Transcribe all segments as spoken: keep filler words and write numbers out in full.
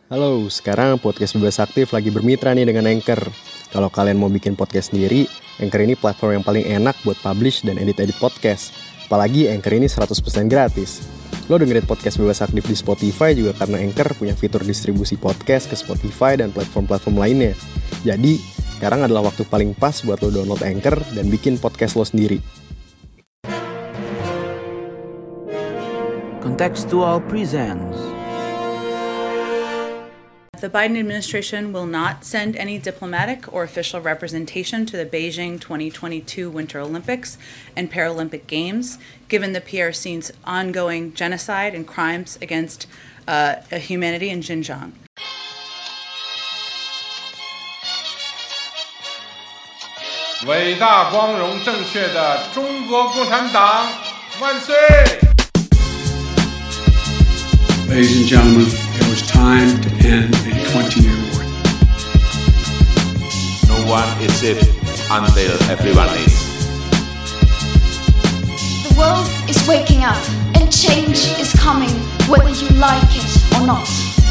Halo, sekarang podcast Bebas Aktif lagi bermitra nih dengan Anchor. Kalau kalian mau bikin podcast sendiri, Anchor ini platform yang paling enak buat publish dan edit-edit podcast. Apalagi Anchor ini seratus persen gratis. Lo dengerin podcast Bebas Aktif di Spotify juga karena Anchor punya fitur distribusi podcast ke Spotify dan platform-platform lainnya. Jadi, sekarang adalah waktu paling pas buat lo download Anchor dan bikin podcast lo sendiri. Contextual presents. The Biden administration will not send any diplomatic or official representation to the Beijing twenty twenty-two Winter Olympics and Paralympic Games, given the P R C's ongoing genocide and crimes against uh, humanity in Xinjiang. 伟大、光荣、正确的中国共产党万岁！ Ladies and gentlemen, it was time to end a twenty-year war. No one is safe until everyone is. The world is waking up and change is coming, whether you like it or not.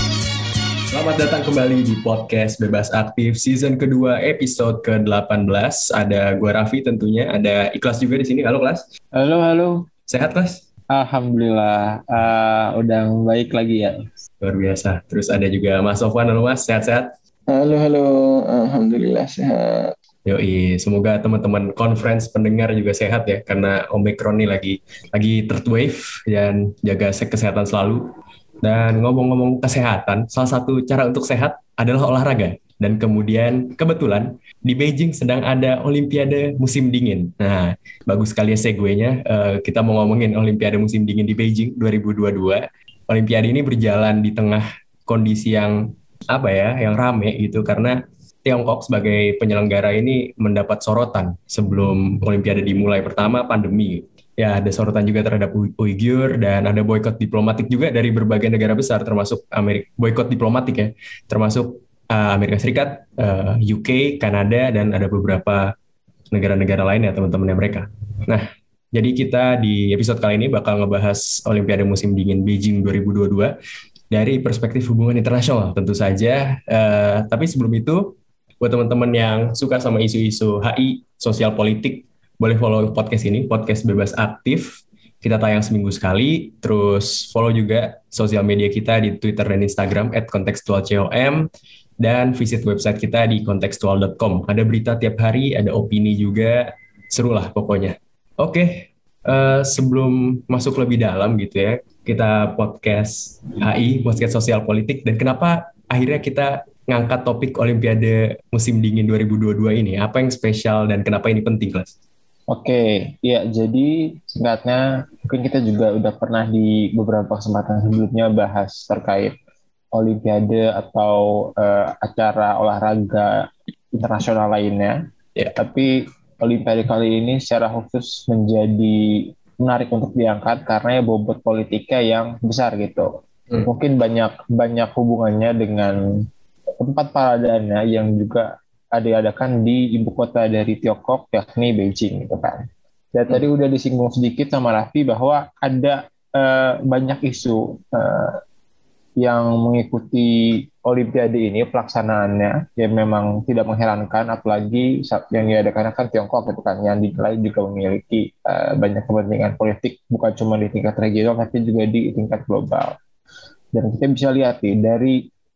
Selamat datang kembali di podcast Bebas Aktif season kedua episode ke delapan belas. Ada gua Raffi tentunya, ada Ikhlas juga di sini. Halo Kelas. Halo, halo. Sehat Kelas? Alhamdulillah, uh, udah baik lagi ya. Luar biasa. Terus ada juga Mas Sofwan. Halo Mas, sehat-sehat? Halo, halo. Alhamdulillah sehat. Yoi, semoga teman-teman conference pendengar juga sehat ya, karena Omicron ini lagi lagi third wave dan jaga kesehatan selalu. Dan ngomong-ngomong kesehatan, salah satu cara untuk sehat adalah olahraga. Dan kemudian kebetulan di Beijing sedang ada Olimpiade musim dingin. Nah, bagus sekali ya segue-nya. Uh, kita mau ngomongin Olimpiade musim dingin di Beijing dua ribu dua puluh dua. Olimpiade ini berjalan di tengah kondisi yang apa ya, yang rame gitu, karena Tiongkok sebagai penyelenggara ini mendapat sorotan sebelum Olimpiade dimulai. Pertama, pandemi. Ya, ada sorotan juga terhadap Uighur dan ada boikot diplomatik juga dari berbagai negara besar, termasuk Amerika. Boikot diplomatik ya, termasuk uh, Amerika Serikat, uh, U K, Kanada, dan ada beberapa negara-negara lain ya teman-temannya mereka. Nah, jadi kita di episode kali ini bakal ngebahas Olimpiade musim dingin Beijing dua ribu dua puluh dua dari perspektif hubungan internasional tentu saja. Uh, tapi sebelum itu, buat teman-teman yang suka sama isu-isu H I, sosial politik, boleh follow podcast ini, podcast Bebas Aktif. Kita tayang seminggu sekali. Terus follow juga sosial media kita di Twitter dan Instagram at contextualcom. Dan visit website kita di contextual dot com. Ada berita tiap hari, ada opini juga. Seru lah pokoknya. Oke, uh, sebelum masuk lebih dalam gitu ya, kita podcast H I, podcast sosial politik. Dan kenapa akhirnya kita ngangkat topik Olimpiade musim dingin dua ribu dua puluh dua ini? Apa yang spesial dan kenapa ini penting, Kelas? Oke, ya jadi singkatnya mungkin kita juga udah pernah di beberapa kesempatan sebelumnya bahas terkait Olimpiade atau uh, acara olahraga internasional lainnya. Yeah. Tapi Olimpiade kali ini secara khusus menjadi menarik untuk diangkat karena ya bobot politiknya yang besar gitu. Hmm. Mungkin banyak banyak hubungannya dengan tempat paradaannya yang juga ada diadakan di ibu kota dari Tiongkok, yakni Beijing gitu kan. Dan hmm. tadi udah disinggung sedikit sama Raffi bahwa ada uh, banyak isu uh, yang mengikuti Olimpiade ini pelaksanaannya yang memang tidak mengherankan, apalagi yang diadakan kan Tiongkok gitu kan, yang dinilai juga memiliki uh, banyak kepentingan politik bukan cuma di tingkat regional tapi juga di tingkat global. Dan kita bisa lihat nih dari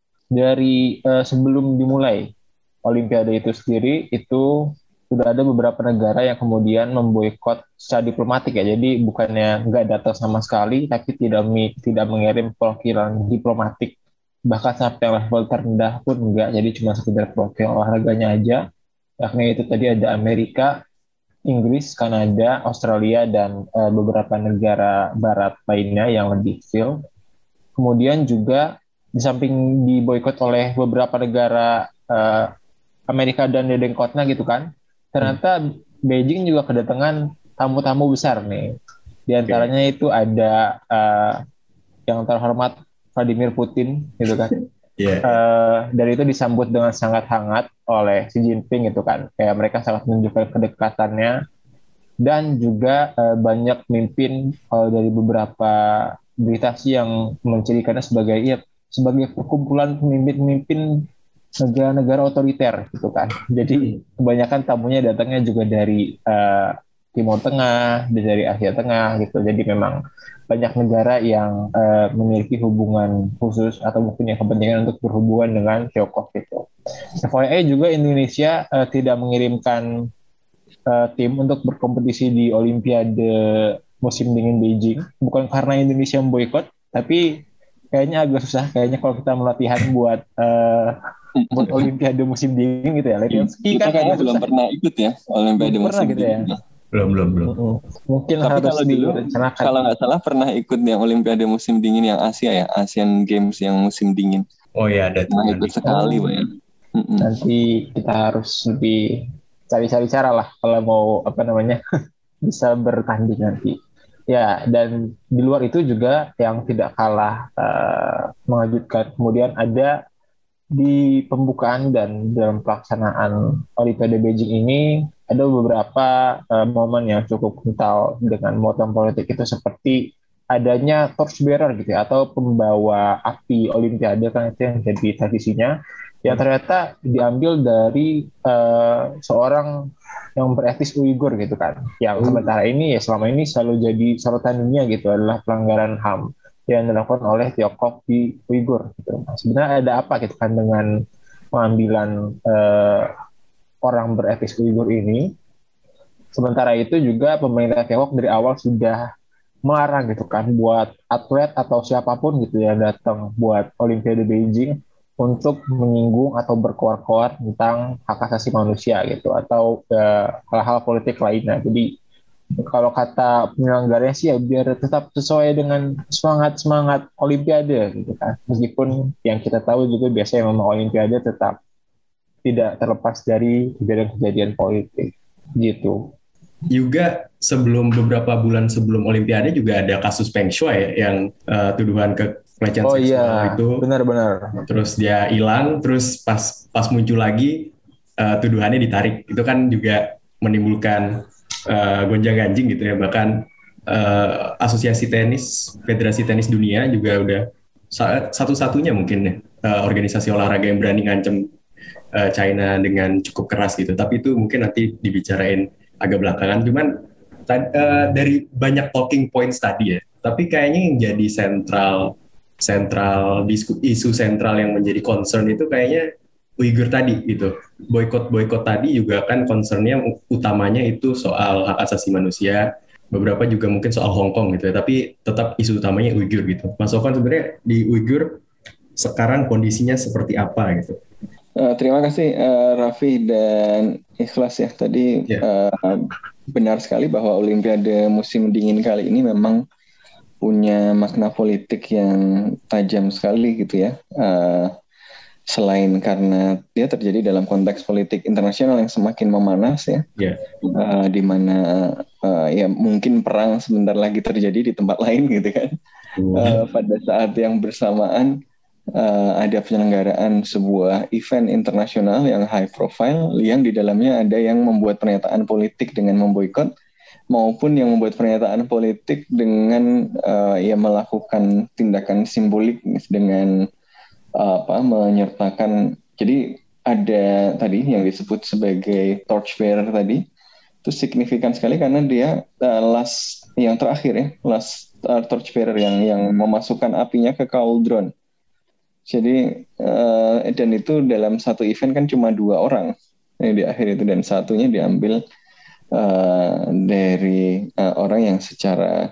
dari uh, sebelum dimulai Olimpiade itu sendiri, itu sudah ada beberapa negara yang kemudian memboikot secara diplomatik ya. Jadi bukannya nggak datang sama sekali, tapi tidak mi, tidak mengirim perwakilan diplomatik. Bahkan sampai level terendah pun enggak, jadi cuma sekedar perwakilan olahraganya aja. Yakni itu tadi ada Amerika, Inggris, Kanada, Australia, dan uh, beberapa negara barat lainnya yang lebih kecil. Kemudian juga di samping diboikot oleh beberapa negara uh, Amerika dan dedengkotnya gitu kan, ternyata Beijing juga kedatangan tamu-tamu besar nih. Di antaranya okay. itu ada uh, yang terhormat Vladimir Putin gitu kan. Yeah. Uh, dan itu disambut dengan sangat hangat oleh Xi Jinping gitu kan. Kayak mereka sangat menunjukkan kedekatannya. Dan juga uh, banyak pemimpin uh, dari beberapa berita sih yang mencirikannya sebagai ya, sebagai perkumpulan pemimpin-pemimpin negara-negara otoriter gitu kan. Jadi kebanyakan tamunya datangnya juga dari uh, Timur Tengah, dari Asia Tengah gitu. Jadi memang banyak negara yang uh, memiliki hubungan khusus atau mungkin yang kepentingan untuk berhubungan dengan Tiongkok gitu. F Y I juga Indonesia uh, tidak mengirimkan uh, tim untuk berkompetisi di Olimpiade musim dingin Beijing. Bukan karena Indonesia memboikot, tapi kayaknya agak susah. Kayaknya kalau kita melatihan buat uh, buat Olimpiade musim dingin gitu ya. Latihan ski kita kan kayaknya belum susah. pernah ikut ya Olimpiade Belum musim pernah gitu ya. dingin. Belum, belum, belum. Uh-uh. Mungkin Tapi harus kalau dulu, direncanakan. kalau nggak salah pernah ikut yang Olimpiade musim dingin yang Asia ya, Asian Games yang musim dingin. Oh iya, ada tuh. Nah, ikut sekali, Pak ya. Mm-mm. Nanti kita harus lebih cari-cari cara lah kalau mau apa namanya bisa bertanding nanti. Ya, dan di luar itu juga yang tidak kalah uh, mengejutkan. Kemudian ada di pembukaan dan dalam pelaksanaan Olimpiade Beijing ini ada beberapa uh, momen yang cukup kental dengan muatan politik itu, seperti adanya torchbearer gitu ya, atau pembawa api Olimpiade, kan itu yang jadi tradisinya, yang ternyata diambil dari uh, seorang yang beretnis Uighur gitu kan, yang sementara ini ya selama ini selalu jadi sorotan dunia gitu, adalah pelanggaran H A M yang dilakukan oleh Tiongkok di Uighur gitu. Nah, sebenarnya ada apa gitu kan dengan pengambilan uh, orang beretnis Uighur ini? Sementara itu juga pemerintah Tiongkok dari awal sudah melarang gitu kan buat atlet atau siapapun gitu yang datang buat Olimpiade Beijing untuk menyinggung atau berkoar-koar tentang hak asasi manusia gitu, atau uh, hal-hal politik lainnya. Jadi kalau kata penyelenggaranya sih ya biar tetap sesuai dengan semangat-semangat Olimpiade gitu kan. Meskipun yang kita tahu juga biasanya memang Olimpiade tetap tidak terlepas dari kejadian-kejadian politik gitu. Juga sebelum beberapa bulan sebelum Olimpiade juga ada kasus Peng Shuai yang uh, tuduhan ke pelecehan oh, seksual iya. itu. Benar-benar. Terus dia hilang, terus pas pas muncul lagi uh, tuduhannya ditarik. Itu kan juga menimbulkan uh, gonjang-ganjing gitu ya. Bahkan uh, Asosiasi Tenis, Federasi Tenis Dunia juga udah satu-satunya mungkin ya, uh, organisasi olahraga yang berani ngancem uh, China dengan cukup keras gitu. Tapi itu mungkin nanti dibicarain agak belakangan. Cuman t- uh, dari banyak talking points tadi ya, tapi kayaknya yang jadi sentral sentral disku, isu sentral yang menjadi concern itu kayaknya Uighur tadi gitu. Boykot-boykot tadi juga kan concernnya utamanya itu soal hak asasi manusia, beberapa juga mungkin soal Hong Kong gitu ya, tapi tetap isu utamanya Uighur gitu. Mas Sofwan, sebenarnya di Uighur sekarang kondisinya seperti apa gitu? Uh, terima kasih uh, Raffi dan Ikhlas ya. Tadi yeah. uh, benar sekali bahwa Olimpiade musim dingin kali ini memang punya makna politik yang tajam sekali gitu ya. Uh, selain karena dia terjadi dalam konteks politik internasional yang semakin memanas ya, yeah. uh, di mana uh, ya mungkin perang sebentar lagi terjadi di tempat lain gitu kan. Mm. Uh, pada saat yang bersamaan Uh, ada penyelenggaraan sebuah event internasional yang high profile yang di dalamnya ada yang membuat pernyataan politik dengan memboikot maupun yang membuat pernyataan politik dengan uh, ya melakukan tindakan simbolik dengan uh, apa menyertakan. Jadi ada tadi yang disebut sebagai torchbearer tadi itu signifikan sekali karena dia uh, last yang terakhir ya last uh, torchbearer yang yang memasukkan apinya ke cauldron. Jadi uh, dan itu dalam satu event kan cuma dua orang yang di akhir itu, dan satunya diambil uh, dari uh, orang yang secara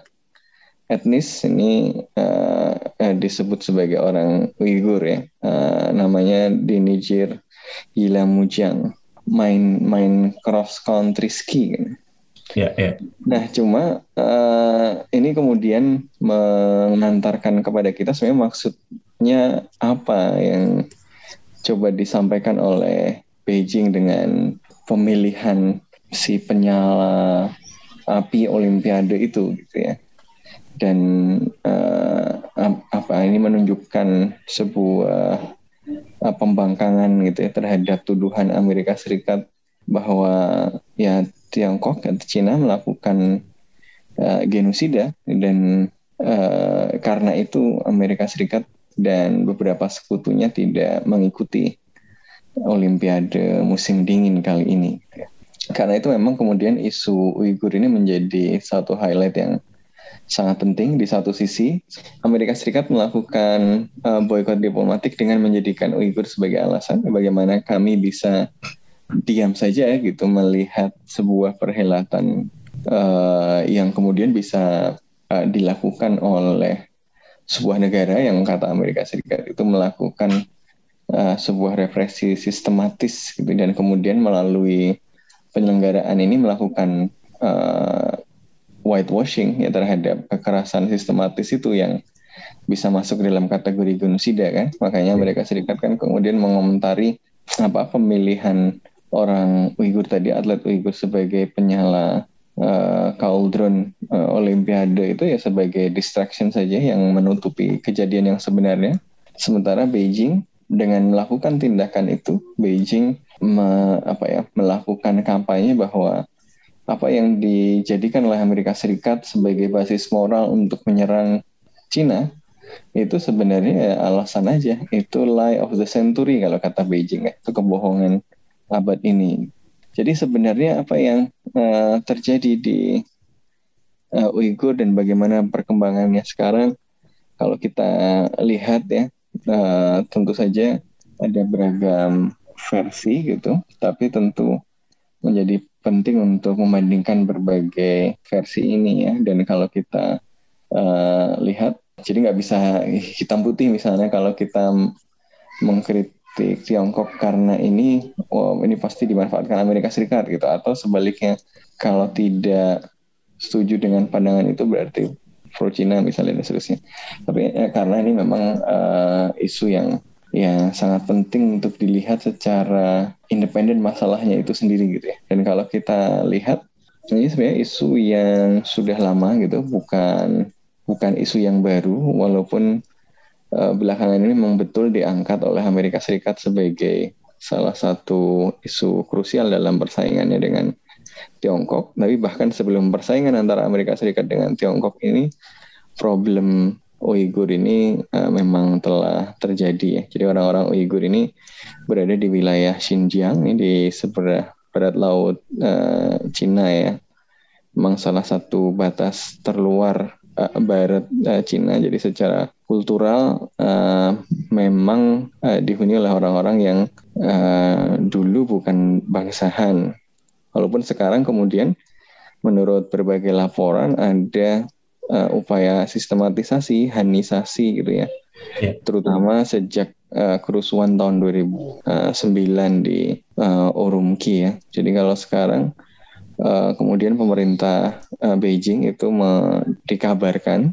etnis ini uh, uh, disebut sebagai orang Uighur ya, uh, namanya Dinijir Yilamujang, main main cross country ski kan. Ya, ya. Nah, cuma uh, ini kemudian mengantarkan kepada kita sebenarnya maksudnya apa yang coba disampaikan oleh Beijing dengan pemilihan si penyala api Olimpiade itu gitu ya. Dan uh, apa ini menunjukkan sebuah uh, pembangkangan gitu ya terhadap tuduhan Amerika Serikat bahwa ya Tiongkok atau Cina melakukan uh, genosida, dan uh, karena itu Amerika Serikat dan beberapa sekutunya tidak mengikuti Olimpiade musim dingin kali ini. Karena itu memang kemudian isu Uighur ini menjadi satu highlight yang sangat penting. Di satu sisi, Amerika Serikat melakukan uh, boykot diplomatik dengan menjadikan Uighur sebagai alasan bagaimana kami bisa diam saja gitu melihat sebuah perhelatan uh, yang kemudian bisa uh, dilakukan oleh sebuah negara yang kata Amerika Serikat itu melakukan uh, sebuah represi sistematis gitu, dan kemudian melalui penyelenggaraan ini melakukan uh, whitewashing ya terhadap kekerasan sistematis itu yang bisa masuk dalam kategori genosida kan. Makanya Amerika Serikat kan kemudian mengomentari apa pemilihan orang Uighur tadi, atlet Uighur sebagai penyala uh, kaldron uh, Olimpiade itu ya sebagai distraction saja yang menutupi kejadian yang sebenarnya. Sementara Beijing dengan melakukan tindakan itu, Beijing me, apa ya, melakukan kampanye bahwa apa yang dijadikan oleh Amerika Serikat sebagai basis moral untuk menyerang Cina itu sebenarnya alasan aja, itu lie of the century kalau kata Beijing, itu kebohongan abad ini. Jadi sebenarnya apa yang uh, terjadi di uh, Uighur dan bagaimana perkembangannya sekarang, kalau kita lihat ya, uh, tentu saja ada beragam versi gitu, tapi tentu menjadi penting untuk membandingkan berbagai versi ini ya. Dan kalau kita uh, lihat, jadi nggak bisa hitam putih misalnya kalau kita mengkritik Tiongkok karena ini, oh, ini pasti dimanfaatkan Amerika Serikat gitu, atau sebaliknya kalau tidak setuju dengan pandangan itu berarti pro Cina misalnya dan seterusnya. Tapi eh, karena ini memang uh, isu yang yang sangat penting untuk dilihat secara independen masalahnya itu sendiri gitu ya. Dan kalau kita lihat, ini sebenarnya isu yang sudah lama gitu, bukan bukan isu yang baru, walaupun uh, belakangan ini memang betul diangkat oleh Amerika Serikat sebagai salah satu isu krusial dalam persaingannya dengan Tiongkok. Tapi bahkan sebelum persaingan antara Amerika Serikat dengan Tiongkok ini, problem Uighur ini uh, memang telah terjadi ya. Jadi orang-orang Uighur ini berada di wilayah Xinjiang, ini di sebelah barat laut uh, Cina ya. Memang salah satu batas terluar uh, barat uh, Cina. Jadi secara kultural uh, memang uh, dihuni oleh orang-orang yang uh, dulu bukan bangsa Han. Walaupun sekarang kemudian menurut berbagai laporan ada Uh, upaya sistematisasi, hanisasi gitu ya, yeah. Terutama sejak uh, kerusuhan tahun dua ribu sembilan di uh, Urumqi ya. Jadi kalau sekarang uh, kemudian pemerintah uh, Beijing itu me- dikabarkan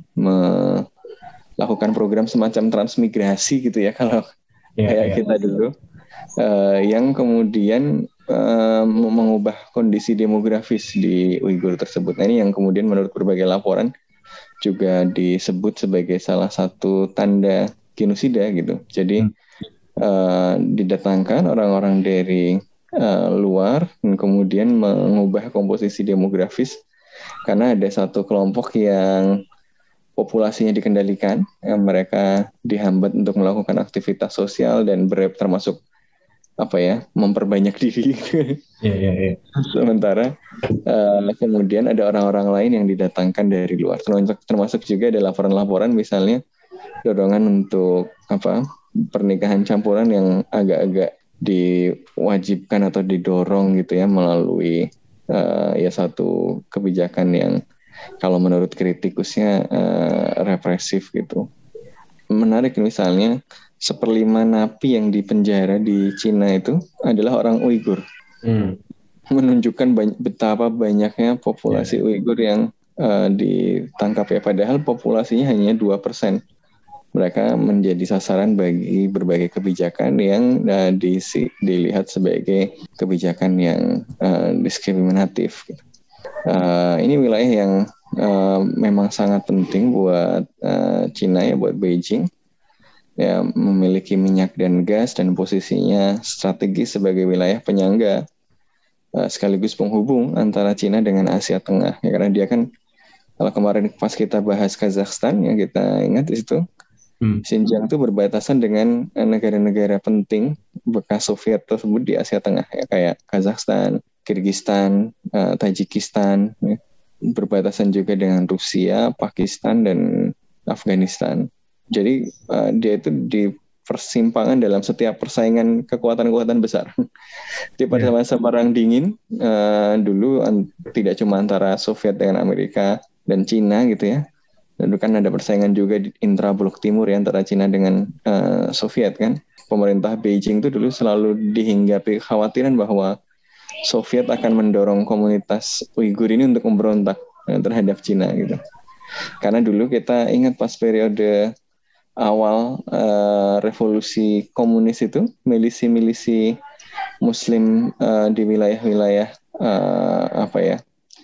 melakukan program semacam transmigrasi gitu ya kalau yeah, kayak yeah. kita dulu, uh, yang kemudian uh, mengubah kondisi demografis di Uighur tersebut. Nah, ini yang kemudian menurut berbagai laporan juga disebut sebagai salah satu tanda genosida gitu. Jadi hmm. uh, didatangkan orang-orang dari uh, luar dan kemudian mengubah komposisi demografis karena ada satu kelompok yang populasinya dikendalikan, yang mereka dihambat untuk melakukan aktivitas sosial dan ber- termasuk apa ya, memperbanyak diri. Yeah, yeah, yeah. Sementara uh, kemudian ada orang-orang lain yang didatangkan dari luar. Termasuk, termasuk juga ada laporan-laporan misalnya dorongan untuk apa pernikahan campuran yang agak-agak diwajibkan atau didorong gitu ya melalui uh, ya satu kebijakan yang kalau menurut kritikusnya uh, represif gitu. Menarik misalnya seperlima napi yang dipenjara di Cina itu adalah orang Uighur. Hmm. Menunjukkan banyak, betapa banyaknya populasi yeah. Uighur yang uh, ditangkap ya. Padahal populasinya hanya dua persen. Mereka menjadi sasaran bagi berbagai kebijakan yang uh, di, dilihat sebagai kebijakan yang uh, diskriminatif. Uh, ini wilayah yang uh, memang sangat penting buat uh, Cina ya, buat Beijing. Ya, memiliki minyak dan gas dan posisinya strategis sebagai wilayah penyangga uh, sekaligus penghubung antara Cina dengan Asia Tengah. Ya, karena dia kan, kalau kemarin pas kita bahas Kazakhstan yang kita ingat di situ, Hmm. Xinjiang itu berbatasan dengan negara-negara penting bekas Soviet tersebut di Asia Tengah, ya, kayak Kazakhstan, Kirgistan, uh, Tajikistan, ya. Berbatasan juga dengan Rusia, Pakistan, dan Afghanistan. Jadi uh, dia itu di persimpangan dalam setiap persaingan kekuatan-kekuatan besar. Di pada masa Perang Dingin, uh, dulu an- tidak cuma antara Soviet dengan Amerika dan Cina gitu ya. Lalu kan ada persaingan juga di intra-blok timur ya, antara Cina dengan uh, Soviet kan. Pemerintah Beijing itu dulu selalu dihinggapi kekhawatiran bahwa Soviet akan mendorong komunitas Uighur ini untuk memberontak uh, terhadap Cina gitu. Karena dulu kita ingat pas periode awal uh, revolusi komunis itu, milisi-milisi Muslim uh, di wilayah-wilayah uh, apa ya?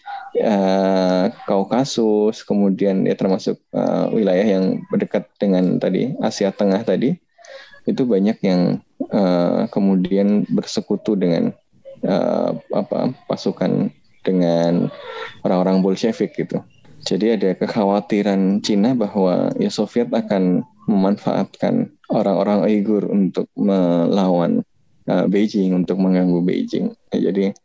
Uh, Kaukasus, kemudian ya termasuk uh, wilayah yang berdekat dengan tadi Asia Tengah tadi, itu banyak yang uh, kemudian bersekutu dengan uh, apa pasukan dengan orang-orang Bolshevik gitu. Jadi ada kekhawatiran Cina bahwa ya Soviet akan memanfaatkan orang-orang Uighur untuk melawan uh, Beijing, untuk mengganggu Beijing. Jadi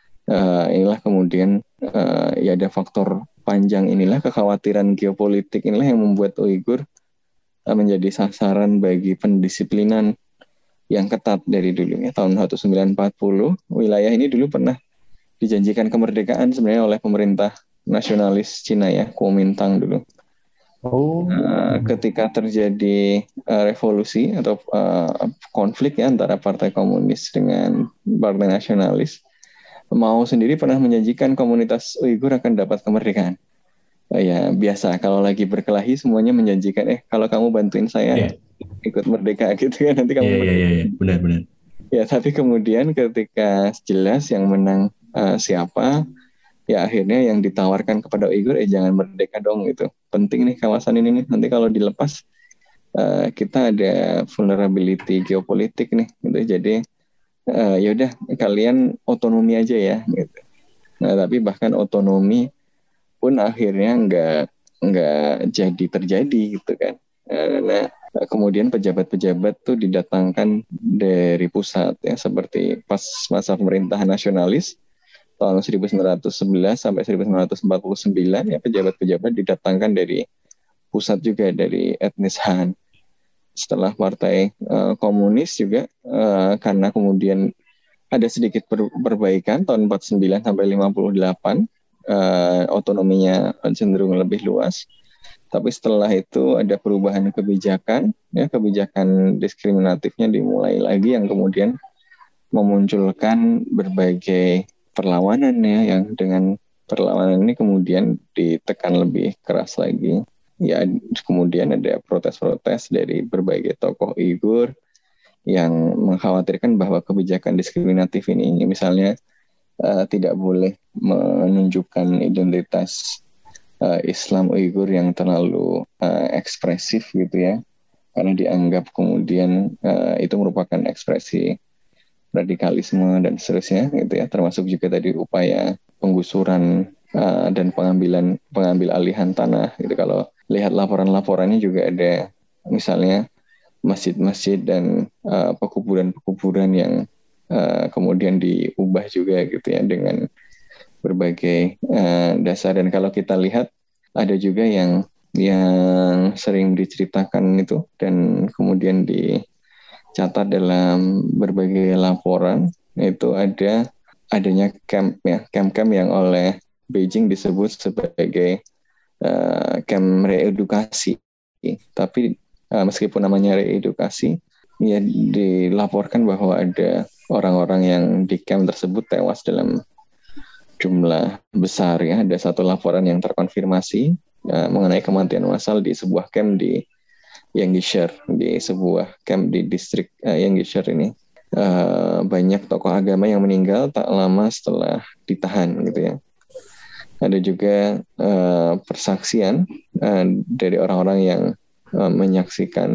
uh, inilah kemudian Uh, ya ada faktor panjang inilah, kekhawatiran geopolitik inilah yang membuat Uighur uh, menjadi sasaran bagi pendisiplinan yang ketat dari dulu ya. Tahun seribu sembilan ratus empat puluh wilayah ini dulu pernah dijanjikan kemerdekaan sebenarnya oleh pemerintah nasionalis Cina ya, Kuomintang dulu. Oh. Uh, ketika terjadi uh, revolusi atau uh, konflik ya antara partai komunis dengan partai nasionalis, Mao sendiri pernah menjanjikan komunitas Uighur akan dapat kemerdekaan. Oh ya biasa kalau lagi berkelahi semuanya menjanjikan eh kalau kamu bantuin saya yeah. ikut merdeka gitu kan nanti kamu. Iya yeah, yeah, yeah. benar-benar. Ya tapi kemudian ketika jelas yang menang uh, siapa, ya akhirnya yang ditawarkan kepada Uighur eh jangan merdeka dong gitu. Penting nih kawasan ini nih, nanti kalau dilepas uh, kita ada vulnerability geopolitik nih gitu. Jadi Uh, ya udah kalian otonomi aja ya gitu. Nah tapi bahkan otonomi pun akhirnya nggak nggak jadi terjadi gitu kan. Uh, nah kemudian pejabat-pejabat tuh didatangkan dari pusat ya, seperti pas masa pemerintahan nasionalis tahun seribu sembilan ratus sebelas sampai seribu sembilan ratus empat puluh sembilan ya, pejabat-pejabat didatangkan dari pusat juga, dari etnis Han. Setelah partai uh, komunis juga uh, karena kemudian ada sedikit per- perbaikan tahun empat puluh sembilan sampai lima puluh delapan, uh, otonominya cenderung lebih luas. Tapi setelah itu ada perubahan kebijakan, ya kebijakan diskriminatifnya dimulai lagi yang kemudian memunculkan berbagai perlawanan ya, yang dengan perlawanan ini kemudian ditekan lebih keras lagi. Ya kemudian ada protes-protes dari berbagai tokoh Uighur yang mengkhawatirkan bahwa kebijakan diskriminatif ini misalnya uh, tidak boleh menunjukkan identitas uh, Islam Uighur yang terlalu uh, ekspresif gitu ya, karena dianggap kemudian uh, itu merupakan ekspresi radikalisme dan seterusnya gitu ya, termasuk juga tadi upaya penggusuran uh, dan pengambilan pengambil alihan tanah gitu. Kalau lihat laporan-laporannya juga ada misalnya masjid-masjid dan uh, pekuburan-pekuburan yang uh, kemudian diubah juga gitu ya dengan berbagai uh, dasar. Dan kalau kita lihat ada juga yang yang sering diceritakan itu dan kemudian dicatat dalam berbagai laporan, itu ada adanya camp ya, camp-camp yang oleh Beijing disebut sebagai Uh, camp reedukasi, tapi uh, meskipun namanya reedukasi, ya dilaporkan bahwa ada orang-orang yang di camp tersebut tewas dalam jumlah besar ya. Ada satu laporan yang terkonfirmasi uh, mengenai kematian massal di sebuah camp di Yangisher, di sebuah camp di distrik uh, Yangisher ini. Uh, banyak tokoh agama yang meninggal tak lama setelah ditahan gitu ya. Ada juga uh, persaksian uh, dari orang-orang yang uh, menyaksikan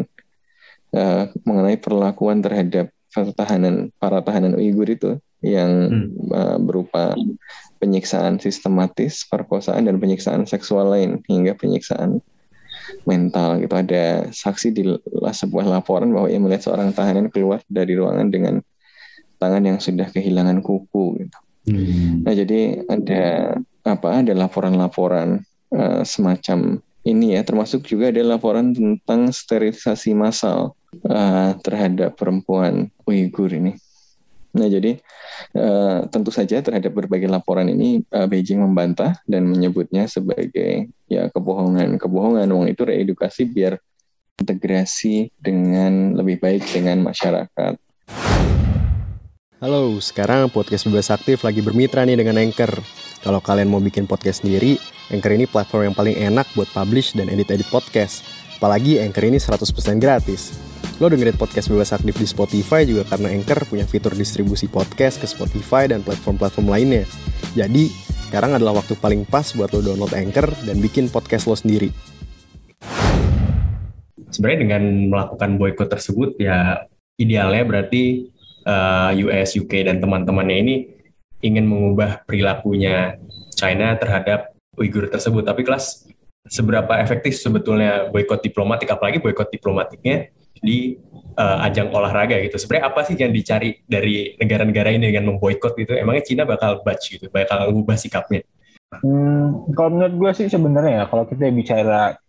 uh, mengenai perlakuan terhadap tahanan para tahanan Uighur itu yang hmm. uh, berupa penyiksaan sistematis, perkosaan dan penyiksaan seksual lain hingga penyiksaan mental gitu. Ada saksi di sebuah laporan bahwa ia melihat seorang tahanan keluar dari ruangan dengan tangan yang sudah kehilangan kuku gitu. Hmm. Nah, jadi ada apa? Ada laporan-laporan uh, semacam ini ya, termasuk juga ada laporan tentang sterilisasi massal uh, terhadap perempuan Uighur ini. Nah, jadi uh, tentu saja terhadap berbagai laporan ini uh, Beijing membantah dan menyebutnya sebagai ya kebohongan-kebohongan. Wong itu reedukasi biar integrasi dengan lebih baik dengan masyarakat. Halo, sekarang Podcast Bebas Aktif lagi bermitra nih dengan Anchor. Kalau kalian mau bikin podcast sendiri, Anchor ini platform yang paling enak buat publish dan edit-edit podcast. Apalagi Anchor ini seratus persen gratis. Lo dengerin Podcast Bebas Aktif di Spotify juga karena Anchor punya fitur distribusi podcast ke Spotify dan platform-platform lainnya. Jadi, sekarang adalah waktu paling pas buat lo download Anchor dan bikin podcast lo sendiri. Sebenarnya dengan melakukan boykot tersebut, ya idealnya berarti uh, U S, U K, dan teman-temannya ini ingin mengubah perilakunya China terhadap Uighur tersebut. Tapi kelas, seberapa efektif sebetulnya boykot diplomatik, apalagi boykot diplomatiknya di uh, ajang olahraga gitu. Sebenarnya apa sih yang dicari dari negara-negara ini dengan memboykot gitu? Emangnya China bakal budge gitu, bakal mengubah sikapnya? Hmm, kalau menurut gue sih sebenarnya ya, kalau kita bicara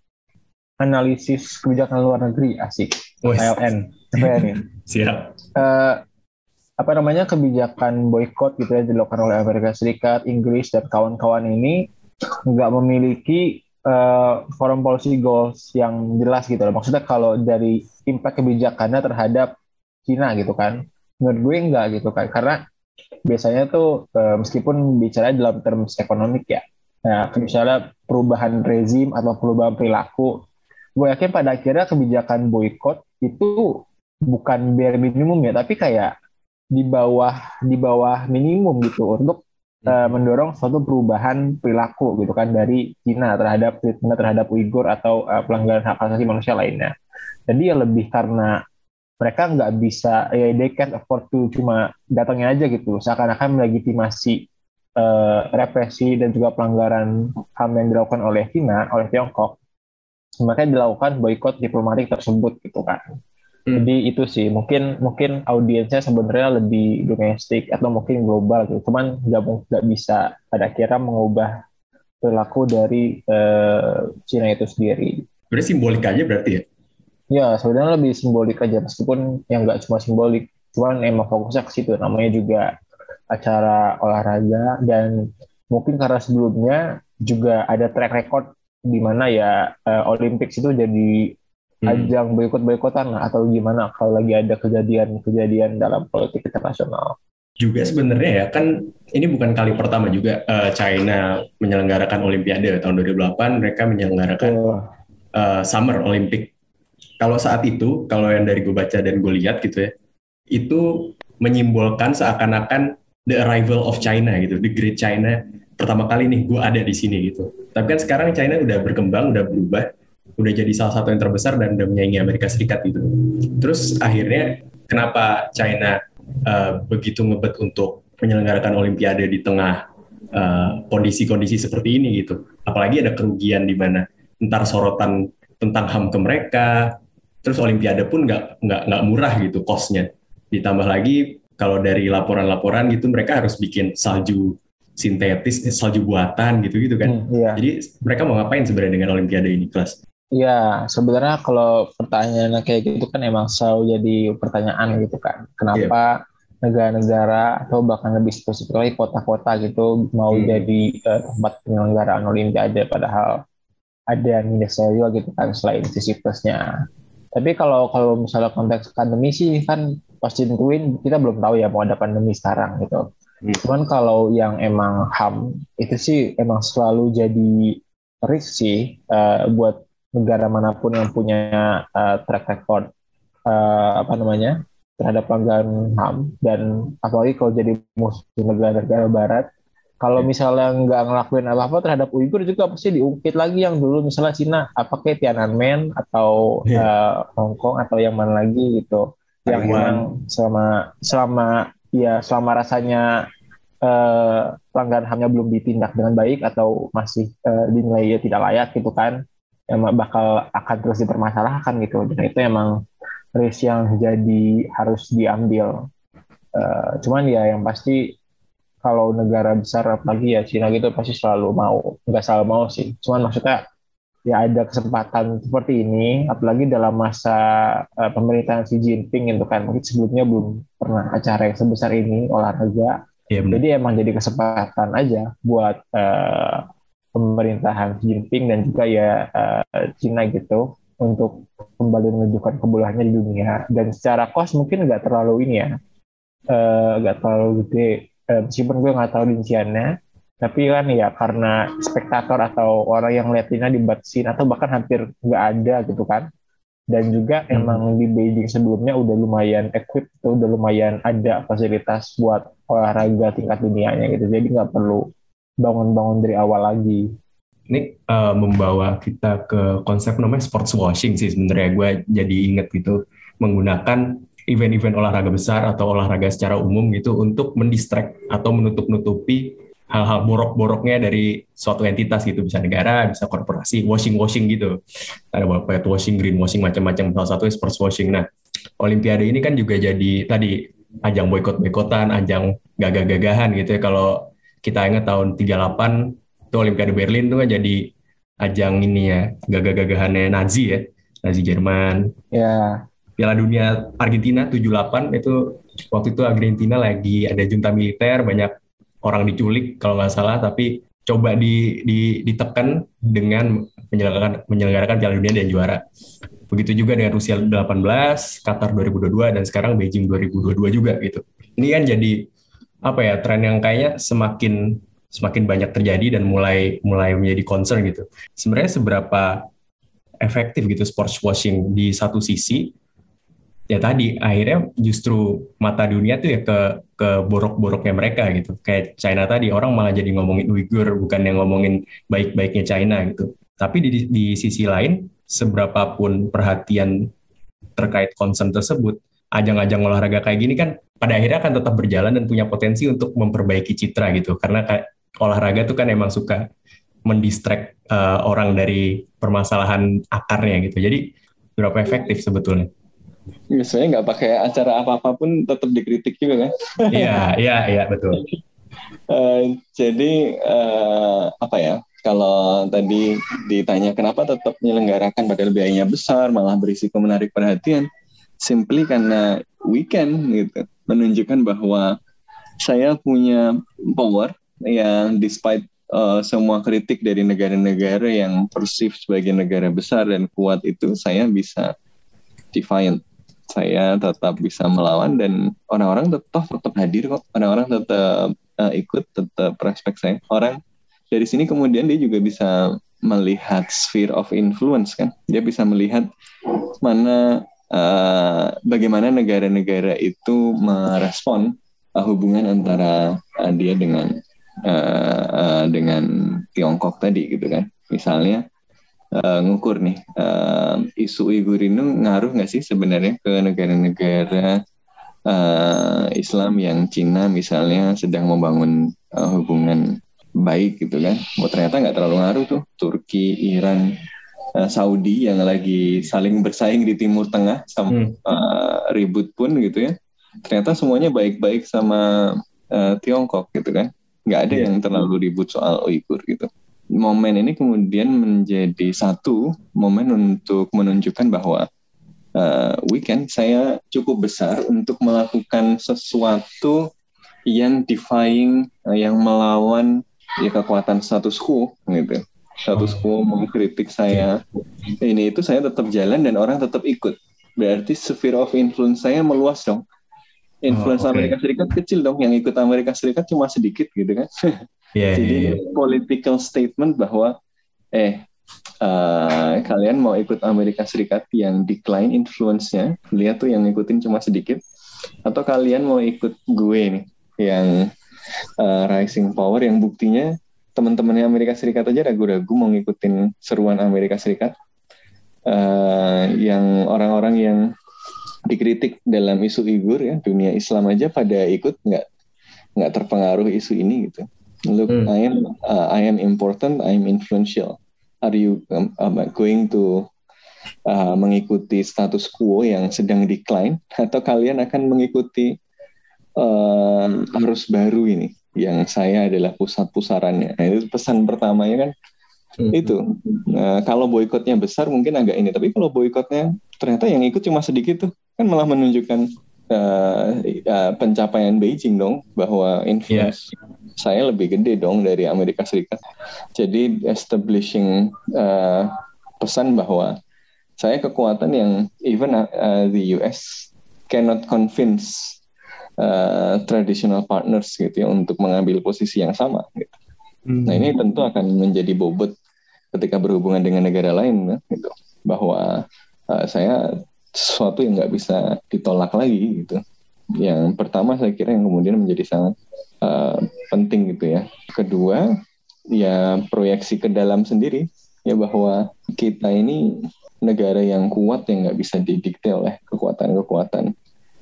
analisis kebijakan luar negeri, asik, A L N, apa ya nih? Siap. Uh, apa namanya kebijakan boykot gitu ya dilakukan oleh Amerika Serikat, Inggris dan kawan-kawan ini nggak memiliki uh, foreign policy goals yang jelas gitu loh. Maksudnya kalau dari impact kebijakannya terhadap Cina gitu kan, menurut gue nggak gitu kan, karena biasanya tuh uh, meskipun bicara dalam terms ekonomik ya, nah misalnya perubahan rezim atau perubahan perilaku, gue yakin pada akhirnya kebijakan boykot itu bukan bare minimum ya, tapi kayak di bawah di bawah minimum gitu untuk uh, mendorong suatu perubahan perilaku gitu kan dari Cina terhadap terhadap Uighur atau uh, pelanggaran hak asasi manusia lainnya. Jadi ya lebih karena mereka nggak bisa, ya they can't afford to cuma datangnya aja gitu, seakan-akan melegitimasi uh, represi dan juga pelanggaran H A M yang dilakukan oleh Cina, oleh Tiongkok. Makanya dilakukan boykot diplomatik tersebut gitu kan. Hmm. Jadi itu sih mungkin mungkin audiensnya sebenarnya lebih domestik atau mungkin global gitu. Cuman nggak nggak bisa pada akhirnya mengubah perilaku dari uh, Cina itu sendiri. Berarti simbolik aja berarti ya? Ya sebenarnya lebih simbolik aja, meskipun yang nggak cuma simbolik, cuman emang fokusnya ke situ. Namanya juga acara olahraga dan mungkin karena sebelumnya juga ada track record di mana ya uh, Olympics itu jadi ajang boikot-boikotan lah, atau gimana kalau lagi ada kejadian-kejadian dalam politik internasional. Juga sebenarnya ya kan ini bukan kali pertama juga uh, China menyelenggarakan Olimpiade. Tahun dua ribu delapan mereka menyelenggarakan oh. uh, Summer Olympic. Kalau saat itu, kalau yang dari gue baca dan gue lihat gitu ya, itu menyimbolkan seakan-akan the arrival of China gitu, the Great China. Pertama kali nih gue ada di sini gitu. Tapi kan sekarang China udah berkembang, udah berubah, udah jadi salah satu yang terbesar dan udah menyaingi Amerika Serikat gitu. Terus akhirnya kenapa China uh, begitu ngebet untuk menyelenggarakan Olimpiade di tengah uh, kondisi-kondisi seperti ini gitu. Apalagi ada kerugian di mana entar sorotan tentang H A M ke mereka, terus Olimpiade pun nggak nggak nggak murah gitu cost-nya. Ditambah lagi kalau dari laporan-laporan gitu mereka harus bikin salju sintetis, salju buatan gitu-gitu kan. Hmm, iya. Jadi mereka mau ngapain sebenarnya dengan Olimpiade ini, kelas? Ya, sebenarnya kalau pertanyaan kayak gitu kan emang selalu jadi pertanyaan gitu kan. Kenapa yeah. negara-negara atau bahkan lebih spesifik lagi kota-kota gitu mau hmm. jadi uh, tempat penyelenggaraan Olimpiade, padahal ada minusnya juga gitu kan selain sisi plusnya. Tapi kalau kalau misalnya konteks pandemi sih kan pasti tentuin kita belum tahu ya mau ada pandemi sekarang gitu. Hmm. Cuman kalau yang emang H A M itu sih emang selalu jadi risk sih uh, buat negara manapun yang punya uh, track record uh, apa namanya terhadap pelanggaran H A M, dan apalagi kalau jadi musuh negara-negara Barat, kalau misalnya nggak ngelakuin apa-apa terhadap Uighur juga pasti diungkit lagi yang dulu misalnya Cina, apa kayak Tiananmen atau yeah. uh, Hong Kong atau yang mana lagi gitu, yang memang selama selama ya selama rasanya uh, pelanggaran H A M-nya belum ditindak dengan baik atau masih uh, dinilai ya tidak layak gitu kan. emang bakal akan terus dipermasalahkan gitu. Dan itu emang risk yang jadi harus diambil. Uh, cuman ya yang pasti kalau negara besar apalagi ya Cina gitu pasti selalu mau, nggak selalu mau sih. Cuman maksudnya ya ada kesempatan seperti ini, apalagi dalam masa uh, pemerintahan Xi Jinping gitu kan. Mungkin sebelumnya belum pernah acara yang sebesar ini olahraga. Ya, jadi emang jadi kesempatan aja buat uh, pemerintahan Xi Jinping dan juga ya uh, Cina gitu untuk kembali menunjukkan kebolehannya di dunia. Dan secara cost mungkin nggak terlalu ini ya, nggak uh, terlalu gede. Uh, meskipun gue nggak tahu rinciannya, tapi kan ya karena spektator atau orang yang liatinnya dibatasin atau bahkan hampir nggak ada gitu kan. Dan juga hmm. emang di Beijing sebelumnya udah lumayan equip, udah lumayan ada fasilitas buat olahraga tingkat dunianya gitu. Jadi nggak perlu bangun-bangun dari awal lagi. Ini uh, membawa kita ke konsep namanya sports washing sih sebenarnya. Gue jadi inget gitu menggunakan event-event olahraga besar atau olahraga secara umum gitu untuk mendistract atau menutup-nutupi hal-hal borok-boroknya dari suatu entitas gitu, bisa negara, bisa korporasi, washing-washing gitu. Ada white washing, green washing, macam-macam, salah satunya sports washing. Nah, Olimpiade ini kan juga jadi tadi ajang boikot-boikotan, ajang gagah-gagahan gitu ya. Kalau kita ingat tahun tiga puluh delapan itu Olimpiade Berlin tuh kan jadi ajang ini ya, gagah-gagahannya Nazi ya, Nazi Jerman. Ya. Piala Dunia Argentina tujuh puluh delapan itu waktu itu Argentina lagi ada junta militer, banyak orang diculik kalau nggak salah, tapi coba di, di, ditekan dengan menyelenggarakan, menyelenggarakan Piala Dunia dan juara. Begitu juga dengan Rusia delapan belas, Qatar dua ribu dua puluh dua, dan sekarang Beijing dua ribu dua puluh dua juga gitu. Ini kan jadi apa ya, tren yang kayaknya semakin semakin banyak terjadi dan mulai mulai menjadi concern gitu. Sebenarnya seberapa efektif gitu sports washing di satu sisi? Ya tadi akhirnya justru mata dunia tuh ya ke ke borok-boroknya mereka gitu. Kayak China tadi, orang malah jadi ngomongin Uighur bukan yang ngomongin baik-baiknya China gitu. Tapi di, di sisi lain, seberapapun perhatian terkait concern tersebut, ajang-ajang olahraga kayak gini kan pada akhirnya akan tetap berjalan dan punya potensi untuk memperbaiki citra gitu. Karena kayak olahraga tuh kan emang suka mendistract uh, orang dari permasalahan akarnya gitu. Jadi berapa efektif sebetulnya? Biasanya nggak pakai acara apa-apa pun tetap dikritik juga kan? Iya, iya, iya betul. uh, jadi uh, apa ya? Kalau tadi ditanya kenapa tetap menyelenggarakan padahal biayanya besar, malah berisiko menarik perhatian, simply karena weekend gitu, menunjukkan bahwa saya punya power yang despite uh, semua kritik dari negara-negara yang perceive sebagai negara besar dan kuat itu, saya bisa defiant. Saya tetap bisa melawan dan orang-orang tetap tetap hadir kok, orang-orang tetap uh, ikut, tetap respect saya. Orang dari sini kemudian dia juga bisa melihat sphere of influence kan, dia bisa melihat mana uh, bagaimana negara-negara itu merespon uh, hubungan antara uh, dia dengan uh, uh, dengan Tiongkok tadi gitu kan, misalnya. Uh, ngukur nih uh, isu Uighur ini ngaruh nggak sih sebenarnya ke negara-negara uh, Islam yang Cina misalnya sedang membangun uh, hubungan baik gitu kan? Oh, ternyata nggak terlalu ngaruh tuh. Turki, Iran, uh, Saudi yang lagi saling bersaing di Timur Tengah sama hmm. uh, ribut pun gitu ya. Ternyata semuanya baik-baik sama uh, Tiongkok gitu kan? Nggak ada yeah. yang terlalu ribut soal Uighur gitu. Momen ini kemudian menjadi satu momen untuk menunjukkan bahwa uh, weekend saya cukup besar untuk melakukan sesuatu yang defying, uh, yang melawan ya kekuatan status quo gitu. Status quo mengkritik saya, ini itu saya tetap jalan dan orang tetap ikut. Berarti sphere of influence saya meluas dong. Influence oh, okay. Amerika Serikat kecil dong, yang ikut Amerika Serikat cuma sedikit gitu kan. Yeah, Jadi yeah, yeah. political statement bahwa eh uh, kalian mau ikut Amerika Serikat yang decline influence-nya, lihat tuh yang ngikutin cuma sedikit, atau kalian mau ikut gue nih yang uh, rising power, yang buktinya teman-temannya Amerika Serikat aja ragu-ragu mau ngikutin seruan Amerika Serikat, uh, yang orang-orang yang dikritik dalam isu Uighur ya, dunia Islam aja pada ikut, nggak nggak terpengaruh isu ini gitu. Look, hmm. I am uh, I am important, I am influential. are you um, um, going to uh, mengikuti status quo yang sedang decline, atau kalian akan mengikuti uh, arus baru ini yang saya adalah pusat pusarannya. Nah, itu pesan pertamanya kan. Mm-hmm. Itu nah, kalau boikotnya besar mungkin agak ini, tapi kalau boikotnya ternyata yang ikut cuma sedikit tuh kan malah menunjukkan uh, uh, pencapaian Beijing dong, bahwa influence yeah. saya lebih gede dong dari Amerika Serikat. Jadi establishing uh, pesan bahwa saya kekuatan yang even uh, the U S cannot convince uh, traditional partners gitu ya untuk mengambil posisi yang sama gitu. Hmm. Nah ini tentu akan menjadi bobot ketika berhubungan dengan negara lain ya, gitu. Bahwa uh, saya sesuatu yang nggak bisa ditolak lagi gitu. Yang pertama saya kira yang kemudian menjadi sangat uh, penting gitu ya. Kedua ya proyeksi ke dalam sendiri ya, bahwa kita ini negara yang kuat yang nggak bisa didikte oleh kekuatan-kekuatan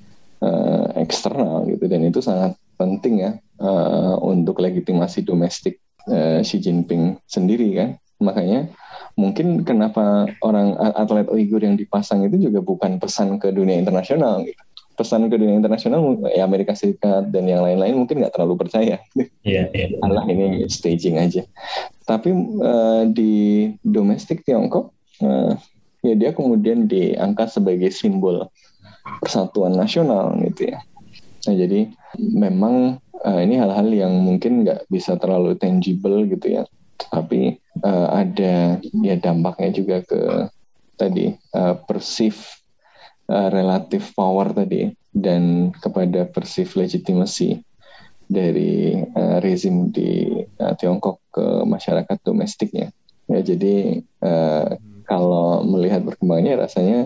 uh, eksternal gitu, dan itu sangat penting ya uh, untuk legitimasi domestik uh, Xi Jinping sendiri kan. Makanya mungkin kenapa orang atlet Uighur yang dipasang itu juga bukan pesan ke dunia internasional gitu. Pesan ke dunia internasional ya Amerika Serikat dan yang lain-lain mungkin nggak terlalu percaya. Iya, iya. Allah ini staging aja. Tapi uh, di domestik Tiongkok uh, ya dia kemudian diangkat sebagai simbol persatuan nasional gitu ya. Nah jadi memang uh, ini hal-hal yang mungkin nggak bisa terlalu tangible gitu ya, tapi uh, ada ya dampaknya juga ke tadi uh, perceive uh, relative power tadi, dan kepada perceive legitimacy dari uh, rezim di uh, Tiongkok ke masyarakat domestiknya. Ya jadi uh, kalau melihat perkembangannya rasanya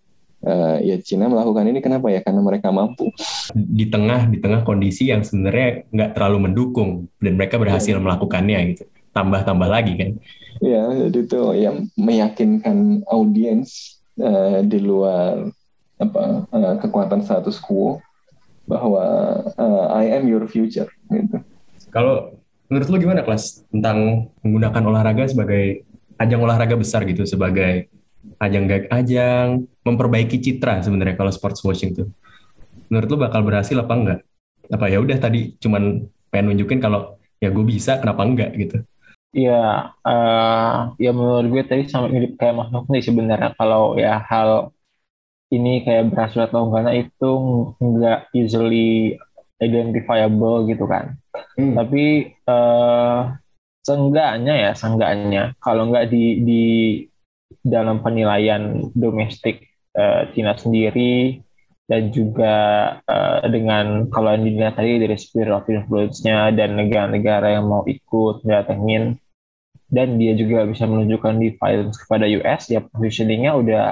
uh, ya Cina melakukan ini kenapa ya? Karena mereka mampu. Di tengah di tengah kondisi yang sebenarnya nggak terlalu mendukung dan mereka berhasil ya. melakukannya gitu. Tambah-tambah lagi kan. Ya, jadi itu ya meyakinkan audiens uh, di luar apa uh, kekuatan status quo bahwa uh, I am your future gitu. Kalau menurut lu gimana kelas tentang menggunakan olahraga sebagai ajang olahraga besar gitu, sebagai ajang ajang memperbaiki citra sebenarnya kalau sports washing tuh. Menurut lu bakal berhasil apa enggak? Apa ya udah tadi cuman pengen nunjukin kalau ya gue bisa, kenapa enggak gitu. Iya, uh, ya menurut gue tadi sama mirip kayak Mas Nukni sebenarnya, kalau ya hal ini kayak berhasil atau enggak itu enggak easily identifiable gitu kan. Hmm. Tapi uh, seenggaknya ya, seenggaknya kalau enggak di di dalam penilaian domestik uh, Cina sendiri, dan juga uh, dengan kalau yang dilihat tadi dari sphere of influence-nya dan negara-negara yang mau ikut datengin, dan dia juga bisa menunjukkan defiance kepada U S, ya positioning-nya udah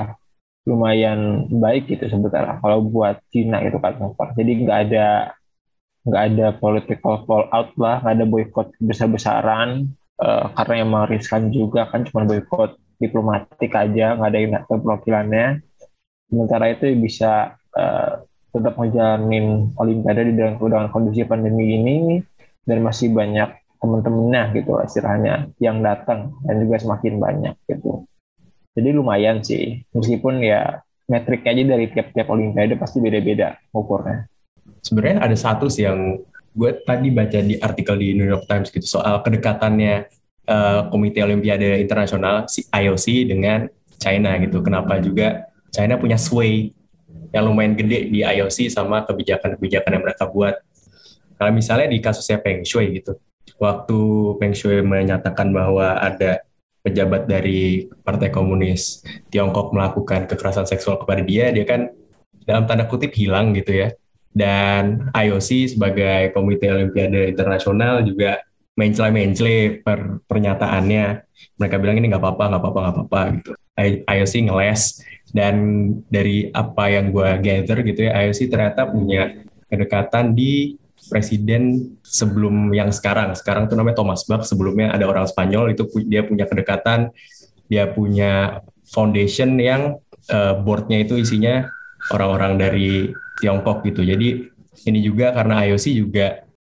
lumayan baik gitu sebetulnya kalau buat Cina itu kan. Jadi nggak ada nggak ada political fallout lah, nggak ada boykot besar-besaran, uh, karena emang riskan juga kan, cuma boykot diplomatik aja, nggak ada yang perwakilannya. Sementara itu bisa uh, tetap ngejalanin Olimpiade di dalam, dalam kondisi pandemi ini, dan masih banyak teman-temannya gitu istilahnya yang datang, dan juga semakin banyak gitu. Jadi lumayan sih, meskipun ya metriknya aja dari tiap-tiap Olimpiade pasti beda-beda ukurnya. Sebenarnya ada satu sih yang gue tadi baca di artikel di New York Times gitu, soal kedekatannya uh, Komite Olimpiade Internasional I O C dengan China gitu. Kenapa juga China punya sway yang lumayan gede di I O C sama kebijakan-kebijakan yang mereka buat. Kalau misalnya di kasusnya Peng Shuai gitu, waktu Peng Shuai menyatakan bahwa ada pejabat dari Partai Komunis Tiongkok melakukan kekerasan seksual kepada dia, dia kan dalam tanda kutip hilang gitu ya. Dan I O C sebagai Komite Olimpiade Internasional juga mencela-mencela per pernyataannya. Mereka bilang ini nggak apa-apa, nggak apa-apa, nggak apa-apa gitu. I O C ngeles, dan dari apa yang gue gather gitu ya, I O C ternyata punya kedekatan di presiden sebelum yang sekarang. Sekarang tuh namanya Thomas Bach, sebelumnya ada orang Spanyol, itu dia punya kedekatan, dia punya foundation yang uh, boardnya itu isinya orang-orang dari Tiongkok gitu. Jadi ini juga karena I O C juga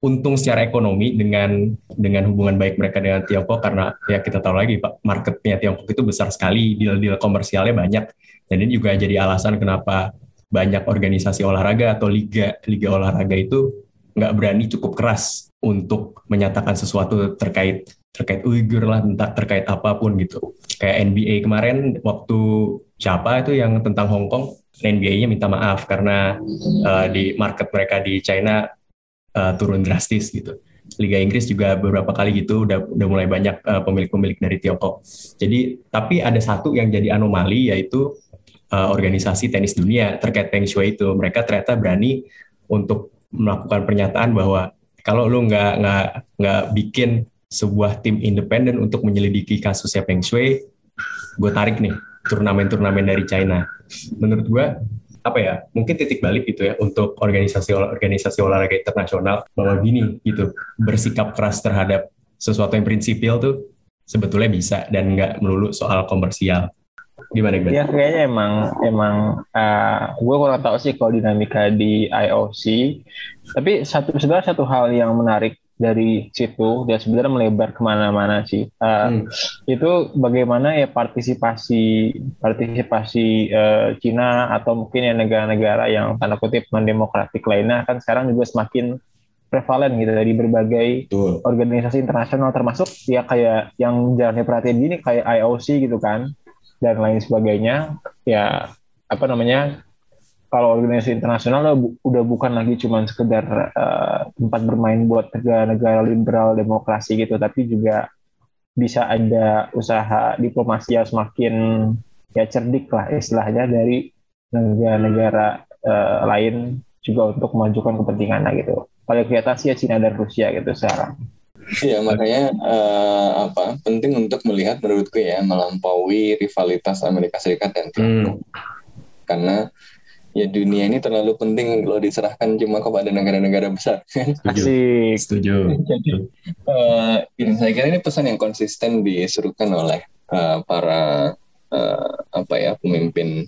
untung secara ekonomi dengan dengan hubungan baik mereka dengan Tiongkok, karena ya kita tahu lagi Pak, marketnya Tiongkok itu besar sekali, deal-deal komersialnya banyak, dan ini juga jadi alasan kenapa banyak organisasi olahraga atau liga liga olahraga itu nggak berani cukup keras untuk menyatakan sesuatu terkait terkait Uighur lah, entah terkait apapun gitu. Kayak N B A kemarin waktu siapa itu yang tentang Hong Kong, N B A-nya minta maaf karena uh, di market mereka di China uh, turun drastis gitu. Liga Inggris juga beberapa kali gitu udah udah mulai banyak uh, pemilik-pemilik dari Tiongkok. Jadi tapi ada satu yang jadi anomali, yaitu uh, organisasi tenis dunia terkait Peng Shuai itu. Mereka ternyata berani untuk melakukan pernyataan bahwa kalau lu nggak nggak nggak bikin sebuah tim independen untuk menyelidiki kasusnya Peng Shuai, gue tarik nih turnamen-turnamen dari China. Menurut gue apa ya, mungkin titik balik gitu ya untuk organisasi-organisasi olahraga internasional, bahwa gini gitu, bersikap keras terhadap sesuatu yang prinsipil tuh sebetulnya bisa dan nggak melulu soal komersial. Gimana Glenn? Ya kayaknya emang emang uh, gue kurang tahu sih kalau dinamika di I O C. Tapi satu sebenarnya satu hal yang menarik dari situ dan sebenarnya melebar kemana-mana sih. Uh, hmm. Itu bagaimana ya partisipasi partisipasi uh, Cina atau mungkin ya negara-negara yang tanda kutip non-demokratik lainnya kan sekarang juga semakin prevalen gitu dari berbagai Betul. organisasi internasional, termasuk ya kayak yang jarang diperhatiin gini kayak I O C gitu kan dan lain sebagainya. Ya apa namanya, kalau organisasi internasional udah bukan lagi cuma sekedar uh, tempat bermain buat negara-negara liberal demokrasi gitu, tapi juga bisa ada usaha diplomasi yang semakin ya cerdik lah istilahnya dari negara-negara uh, lain juga untuk memajukan kepentingannya gitu. Paling kelihatan sih ya Cina dan Rusia gitu sekarang. Iya, makanya uh, apa penting untuk melihat menurutku ya melampaui rivalitas Amerika Serikat dan Tiongkok. Hmm. Karena ya dunia ini terlalu penting kalau diserahkan cuma kepada negara-negara besar. Asik. Setuju. Jadi uh, ini saya kira ini pesan yang konsisten disuruhkan oleh uh, para uh, apa ya pemimpin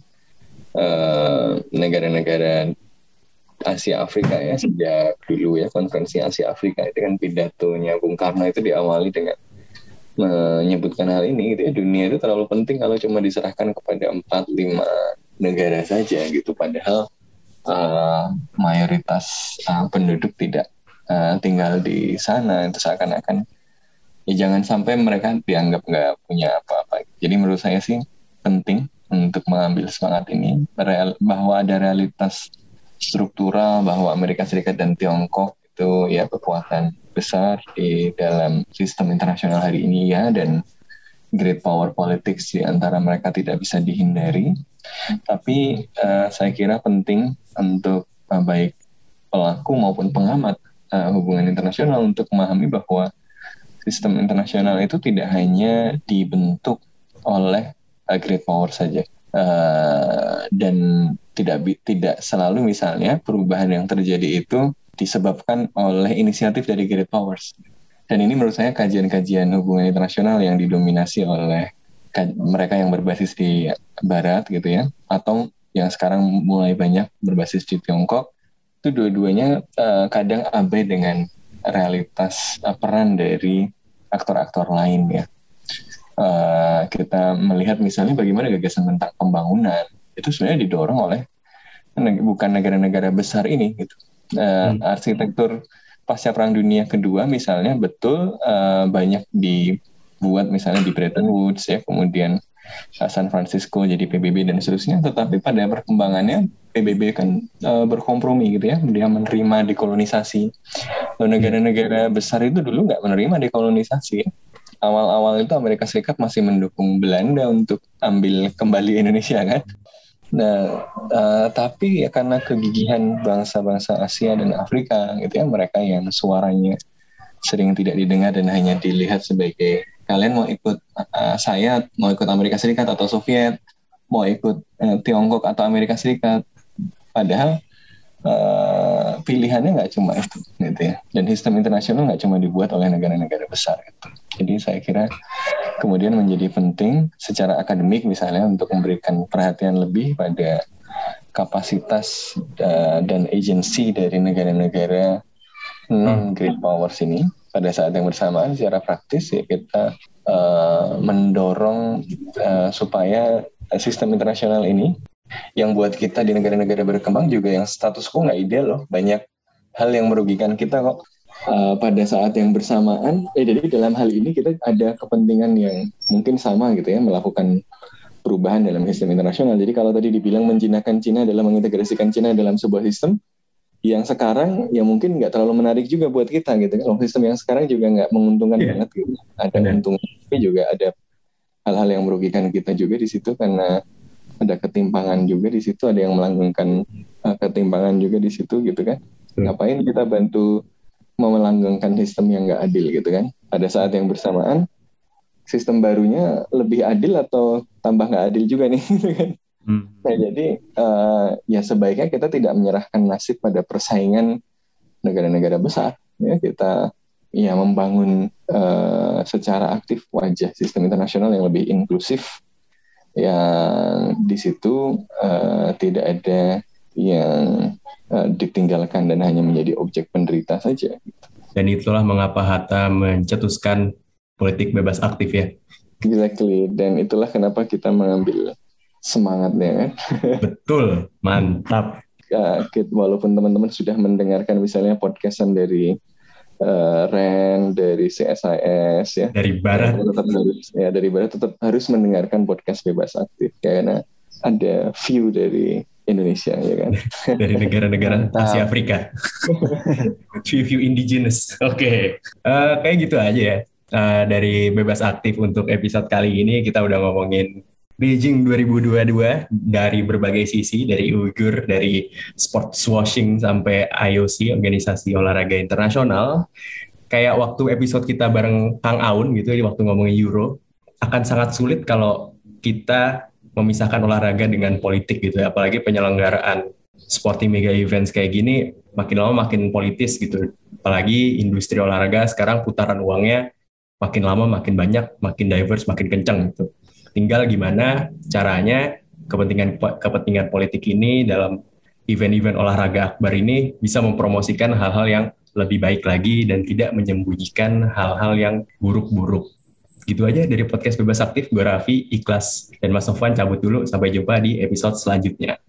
uh, negara-negara Asia Afrika ya sejak dulu ya konferensi Asia Afrika itu kan pidatonya Bung Karno itu diawali dengan menyebutkan hal ini gitu ya, dunia itu terlalu penting kalau cuma diserahkan kepada empat lima negara saja gitu, padahal uh, mayoritas uh, penduduk tidak uh, tinggal di sana. Itu seakan-akan ya jangan sampai mereka dianggap nggak punya apa-apa. Jadi menurut saya sih penting untuk mengambil semangat ini bahwa ada realitas struktural bahwa Amerika Serikat dan Tiongkok itu ya kekuatan besar di dalam sistem internasional hari ini ya, dan great power politics di antara mereka tidak bisa dihindari. Tapi uh, saya kira penting untuk uh, baik pelaku maupun pengamat uh, hubungan internasional untuk memahami bahwa sistem internasional itu tidak hanya dibentuk oleh uh, great power saja. Uh, dan tidak tidak selalu misalnya perubahan yang terjadi itu disebabkan oleh inisiatif dari great powers. Dan ini menurut saya kajian-kajian hubungan internasional yang didominasi oleh mereka yang berbasis di Barat gitu ya, atau yang sekarang mulai banyak berbasis di Tiongkok, itu dua-duanya uh, kadang abai dengan realitas uh, peran dari aktor-aktor lain ya. Uh, kita melihat misalnya bagaimana gagasan tentang pembangunan itu sebenarnya didorong oleh bukan negara-negara besar ini gitu. Uh, hmm. Arsitektur pasca Perang Dunia Kedua misalnya betul uh, banyak dibuat misalnya di Bretton Woods ya, kemudian uh, San Francisco jadi P B B dan seterusnya, tetapi pada perkembangannya P B B kan uh, berkompromi gitu ya, dia menerima dekolonisasi. Lalu negara-negara besar itu dulu nggak menerima dekolonisasi ya. Awal-awal itu Amerika Serikat masih mendukung Belanda untuk ambil kembali Indonesia kan. Nah, uh, tapi ya karena kegigihan bangsa-bangsa Asia dan Afrika gitu ya, mereka yang suaranya sering tidak didengar dan hanya dilihat sebagai kalian mau ikut uh, saya, mau ikut Amerika Serikat atau Soviet, mau ikut uh, Tiongkok atau Amerika Serikat. Padahal uh, pilihannya nggak cuma itu gitu ya. Dan sistem internasional nggak cuma dibuat oleh negara-negara besar gitu. Jadi saya kira kemudian menjadi penting secara akademik misalnya untuk memberikan perhatian lebih pada kapasitas uh, dan agensi dari negara-negara non great powers ini pada saat yang bersamaan secara praktis ya kita uh, mendorong uh, supaya sistem internasional ini yang buat kita di negara-negara berkembang juga yang status quo nggak ideal loh, banyak hal yang merugikan kita kok. Uh, pada saat yang bersamaan, eh jadi dalam hal ini kita ada kepentingan yang mungkin sama gitu ya, melakukan perubahan dalam sistem internasional. Jadi kalau tadi dibilang menjinakkan Cina adalah mengintegrasikan Cina dalam sebuah sistem yang sekarang ya mungkin nggak terlalu menarik juga buat kita gitu. Kalau sistem yang sekarang juga nggak menguntungkan yeah. banget gitu. Ada yeah. untungnya tapi juga ada hal-hal yang merugikan kita juga di situ karena ada ketimpangan juga di situ, ada yang melanggengkan uh, ketimpangan juga di situ gitu kan. Hmm. Ngapain kita bantu memelanggengkan sistem yang nggak adil gitu kan? Pada saat yang bersamaan sistem barunya lebih adil atau tambah nggak adil juga nih gitu kan? Hmm. Nah jadi uh, ya sebaiknya kita tidak menyerahkan nasib pada persaingan negara-negara besar. Ya kita ya membangun uh, secara aktif wajah sistem internasional yang lebih inklusif, yang di situ uh, tidak ada yang uh, ditinggalkan dan hanya menjadi objek penderita saja. Dan itulah mengapa Hatta mencetuskan politik bebas aktif ya. Exactly. Dan itulah kenapa kita mengambil semangatnya kan. Betul, mantap. Uh, walaupun teman-teman sudah mendengarkan misalnya podcastan dari uh, Ren, dari C S I S ya. Dari Barat. Tetap harus, ya dari Barat tetap harus mendengarkan podcast bebas aktif karena ada view dari Indonesia ya kan. Dari negara-negara Asia Afrika. View-view indigenous. Oke. Okay. Uh, kayak gitu aja ya. Uh, dari bebas aktif untuk episode kali ini kita udah ngomongin Beijing dua ribu dua puluh dua dari berbagai sisi, dari Uyghur, dari sports washing sampai I O C, Organisasi Olahraga Internasional. Kayak waktu episode kita bareng Kang Aun gitu, waktu ngomongin Euro, akan sangat sulit kalau kita memisahkan olahraga dengan politik gitu ya. Apalagi penyelenggaraan sporting mega events kayak gini, makin lama makin politis gitu. Apalagi industri olahraga sekarang putaran uangnya makin lama makin banyak, makin diverse, makin kencang gitu. Tinggal gimana caranya kepentingan kepentingan politik ini dalam event-event olahraga akbar ini bisa mempromosikan hal-hal yang lebih baik lagi dan tidak menyembunyikan hal-hal yang buruk-buruk. Gitu aja dari podcast Bebas Aktif. Gue Raffi, Ikhlas, dan Mas Sofwan cabut dulu. Sampai jumpa di episode selanjutnya.